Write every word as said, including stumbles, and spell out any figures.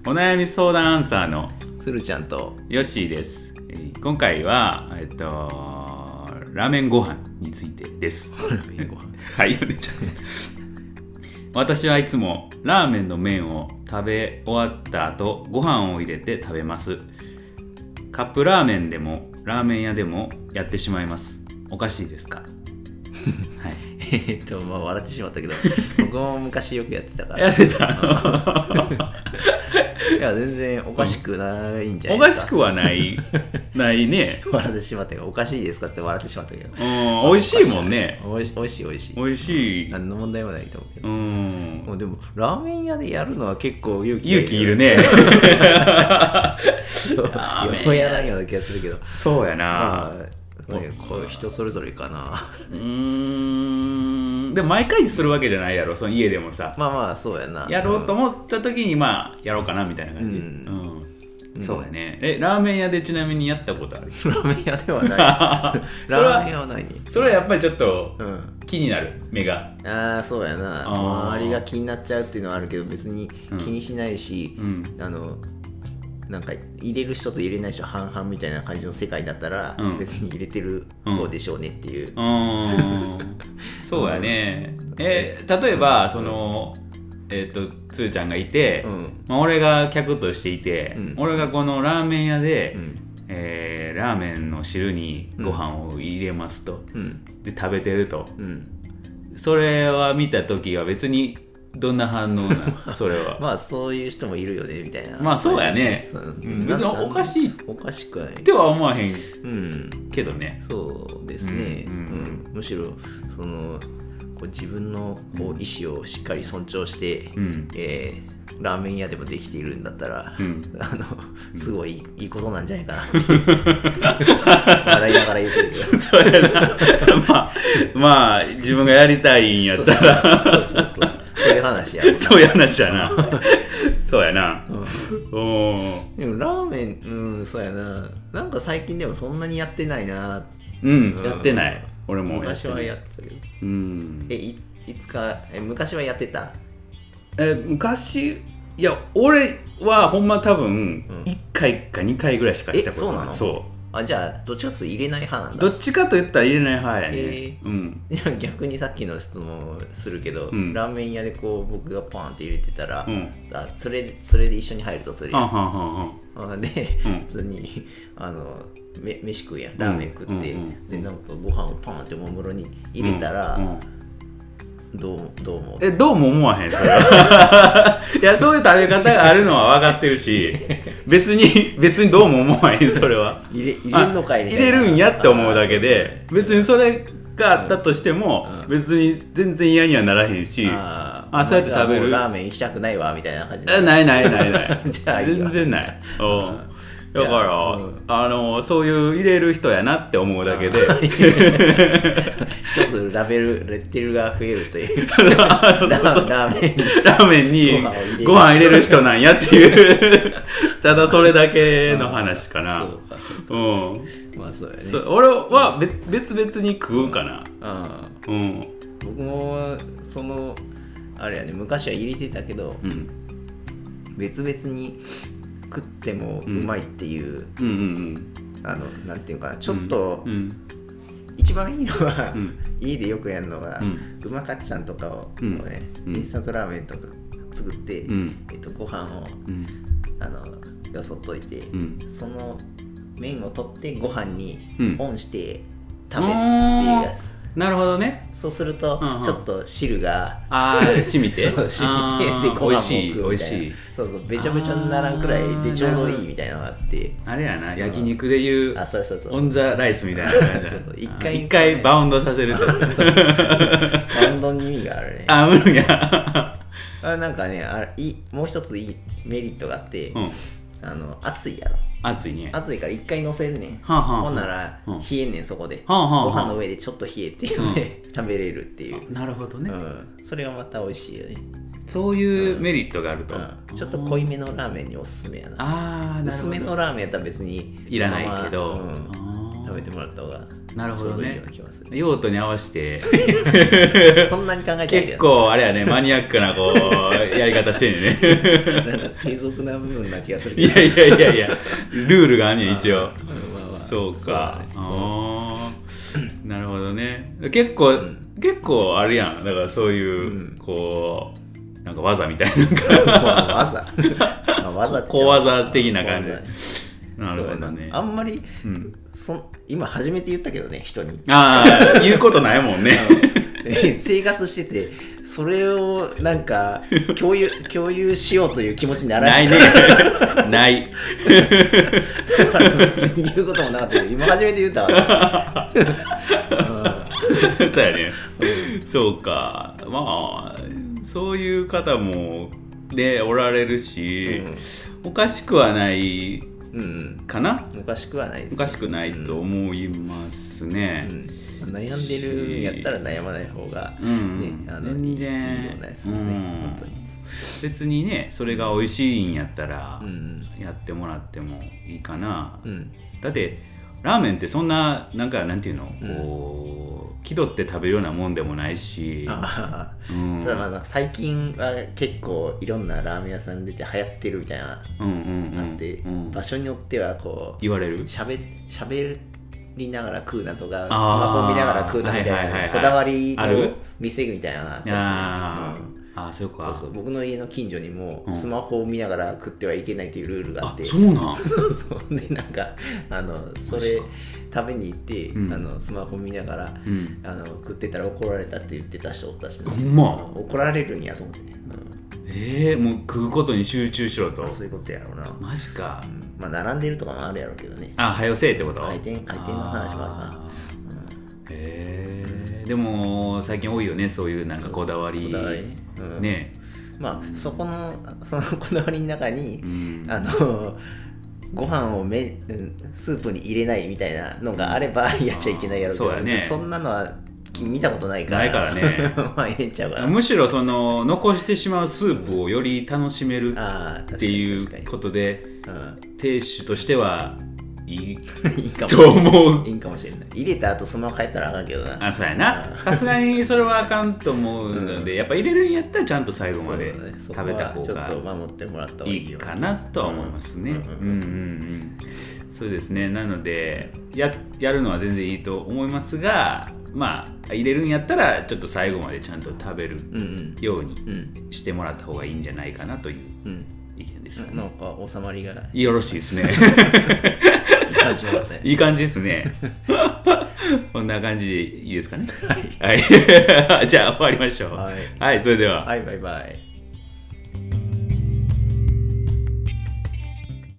お悩み相談アンサーのつるちゃんとヨッシーです。今回は、えっと、ラーメンご飯についてです。 ラーメンご飯はい、お願いします。私はいつもラーメンの麺を食べ終わった後、ご飯を入れて食べます。カップラーメンでもラーメン屋でもやってしまいます。おかしいですか？はい、 えっとまあ笑ってしまったけど僕も昔よくやってたからやってたいや全然おかしくないんじゃおないですか。 かしくはないないね。 笑ってしまったけどおかしいですかって笑ってしまったけど、 うん、美味しいもんね。 おいしいおいしいおいしい美味しい。 何の問題もないと思うけど、 うん、 もうでもラーメン屋でやるのは結構勇気勇気いるね。 そうようやらんような気がするけど、 そうやな、 まあね、こう人それぞれかな。 うーん、でも毎回するわけじゃないやろ、その家でもさ。 まあまあそうやな。 やろうと思った時にまあやろうかなみたいな感じ。 うんうん、そうやね。え、ラーメン屋でちなみにやったことある？ ラーメン屋ではない。 それはラーメン屋はないに。 それはやっぱりちょっとうん気になる、目が。 ああそうやな。 あー周りが気になっちゃうっていうのはあるけど別に気にしないし、 うん、 あのなんか入れる人と入れない人半々みたいな感じの世界だったら、うん、別に入れてる方でしょうねっていう。 うん、そうやね。え、例えばそのえっとつーちゃんがいて、うん、まあ、俺が客としていて、うん、俺がこのラーメン屋で、うん、えー、ラーメンの汁にご飯を入れますと、うん、で食べてると、うん、それは見た時は別にどんな反応なの？それはまあそういう人もいるよねみたいな。 まあそうやね、うん、別におかしいおかしくないっては思わへんけどね、 うん、そうですね、うんうんうん、むしろそのこう自分のこう意思をしっかり尊重して、うん、えー、ラーメン屋でもできているんだったら、うん、あのすごいいい、いいことなんじゃないかな笑いながら言ってるけどそうやなまあ、まあ自分がやりたいんやったらそうそうそうそうそういう話やな。 そういう話やなそうやな、うん、 おでもラーメン、うん、そうやな。なんか最近でもそんなにやってないな。 うん、うん、やってない。俺も昔はやってたけど、 うん、 えいつ、いつかえ昔はやってた？ え昔いや俺はほんま多分いっかいかにかいぐらいしかしたことない。 えそうなの？そうあじゃあどっちかというと入れない派なんだ。 どっちかと言ったら入れない派やね、 えーうん、じゃあ逆にさっきの質問するけど、うん、ラーメン屋でこう僕がパーンって入れてたら、うん、さそれそれで一緒に入るとするやん。はんはんはんで、うん、普通にあのめ飯食うやん、ラーメン食って、うんうんうん、でなんかご飯をパーンっておもむろに入れたら、うんうん、どうどう思う？ えどうも思わへんそれはいやそういう食べ方があるのは分かってるし別に別にどうも思わへんそれは入れ入れるのかいみたいな。 入れるんやって思うだけで、ね、別にそれがあったとしても、うん、別に全然嫌にはならへんし、ああそうやって食べるラーメン行きたくないわみたいな感じでないないないないじゃあいい全然ないだから、うん、あのそういう入れる人やなって思うだけで一つラベルレッテルが増えるというラーメンラーメンにご飯入れる人なんやっていうただそれだけの話かな。そうかそうか、うん、まあそうやね。俺は別々に食うかな、うんうん、 僕もそのあれやね昔は入れてたけど、うん、別々に食ってもうまいっていう、うんうんうんうん、あのなんていうかなちょっと、うんうん、一番いいのは、うん、家でよくやるのは、うん、うまかっちゃんとかを、うんね、インスタントラーメンとか作って、うんえっと、ご飯を、うん、あのよそっといて、うん、その麺を取ってご飯にオンして食べるっていうやつ、 なるほどね。 そうすると、うんうん、ちょっと汁があ染みてそう染みてでご飯も食うみたいな。 美味しいそうそうべちゃべちゃにならんくらいでちょうどいいみたいなのがあって、 あれやな、焼肉でいう、 あそうそうそうオンザライスみたいな感じそうそう一回一回バウンドさせるとバウンドに意味があるね。 あ無理やあなんかねあれいもう一ついいメリットがあって、うん、あの熱いやろ。 熱いね。 熱いから一回乗せんねん、 はあはあ、 ほんなら、うん、冷えんねんそこで、 はあはあ、 ご飯の上でちょっと冷えて、うん、食べれるっていう。 なるほどね、 うん、それがまた美味しいよね。 そういうメリットがあると、 うんうん、ちょっと濃いめのラーメンにおすすめやな。 あー、なるほど。 薄めのラーメンやったら別にいらないけど、 うん、食べてもらった方がなるほどね。 ちょうどいいような気がする。 用途に合わせてそんなに考えてないけど、 結構あれやね、マニアックなこうやり方してんねなんか低俗な部分な気がするけど。いやいやいやいや、ルールがあんねん一応。 まあまあ、 そうか。 そうだね、 あなるほどね。結構、うん、結構あるやん。だからそういう、うん、こうなんか技みたいな技技小技的な感じ。なるほどね。 あんまり、うん、そ今初めて言ったけどね、人に。 ああ、言うことないもんね。 生活してて、それをなんか共有共有しようという気持ちにならない。 ないね。ない。 別に言うこともなかったけど、今初めて言ったわ、ね。 そうやね。そうか。まあそういう方もねおられるし、うん、おかしくはないかな。 うん、おかしくはないです、ね。 おかしくないと思いますね。 うんうん、悩んでるんやったら悩まない方が、ね、うん、あの全然いいようなやつですね、うん、本当に。 別にねそれが美味しいんやったらやってもらってもいいかな、うん、だってラーメンってそんななんかなんていうの、うん、こう気取って食べるようなもんでもないし、 あ、うん、ただまあ最近は結構いろんなラーメン屋さん出て流行ってるみたいな、うんうんうん、あって、うん、場所によってはこう言われるしゃべしゃべりながら食うなとかスマホ見ながら食うなみたいな、はいはいはいはい、こだわりの店みたいなのがあったりする。 ああそうか。 そうそう、僕の家の近所にもスマホを見ながら食ってはいけないというルールがあって、 うん、そうなんそうそうで、なんかあのそれ食べに行って、うん、あのスマホ見ながら、うん、あの食ってたら怒られたって言ってた人おったし、ね、 ほんま怒られるんやと思って、ね、うん、 えー、もう食うことに集中しろと。 そういうことやろうな。 マジか、 うん、まあ並んでるとかもあるやろうけどね。 あ、早よせえってこと。 回転回転の話もあるな。 へえー、でも最近多いよねそういうなんかこだわり。 こだわりね、うん、ね。まあ、そこのそのこだわりの中に、うん、あのご飯をめスープに入れないみたいなのがあればやっちゃいけないやろうけど、そうやね、そんなのは見たことないからないからねまあええんちゃうかな。 むしろその残してしまうスープをより楽しめるっていうことで、うん、亭主としてはいい, いいかもと思う。 いいかもしれない。入れた後そのまま帰ったらあかんけどな。 あ、そうやな。さすがにそれはあかんと思うので、うん、やっぱ入れるんやったらちゃんと最後まで食べた方がちょっと守ってもらった方がいいよいいかなとは思いますね。うんうんうん。そうですね。なので や, やるのは全然いいと思いますが、まあ入れるんやったらちょっと最後までちゃんと食べるようにしてもらった方がいいんじゃないかなという意見ですかね。 なんか収まりがよろしいですね。 いい感じよかったね。 いい感じですね。こんな感じでいいですかね。はい。はい、じゃあ終わりましょう。はい、はい、それでは。 はい、バイバイ。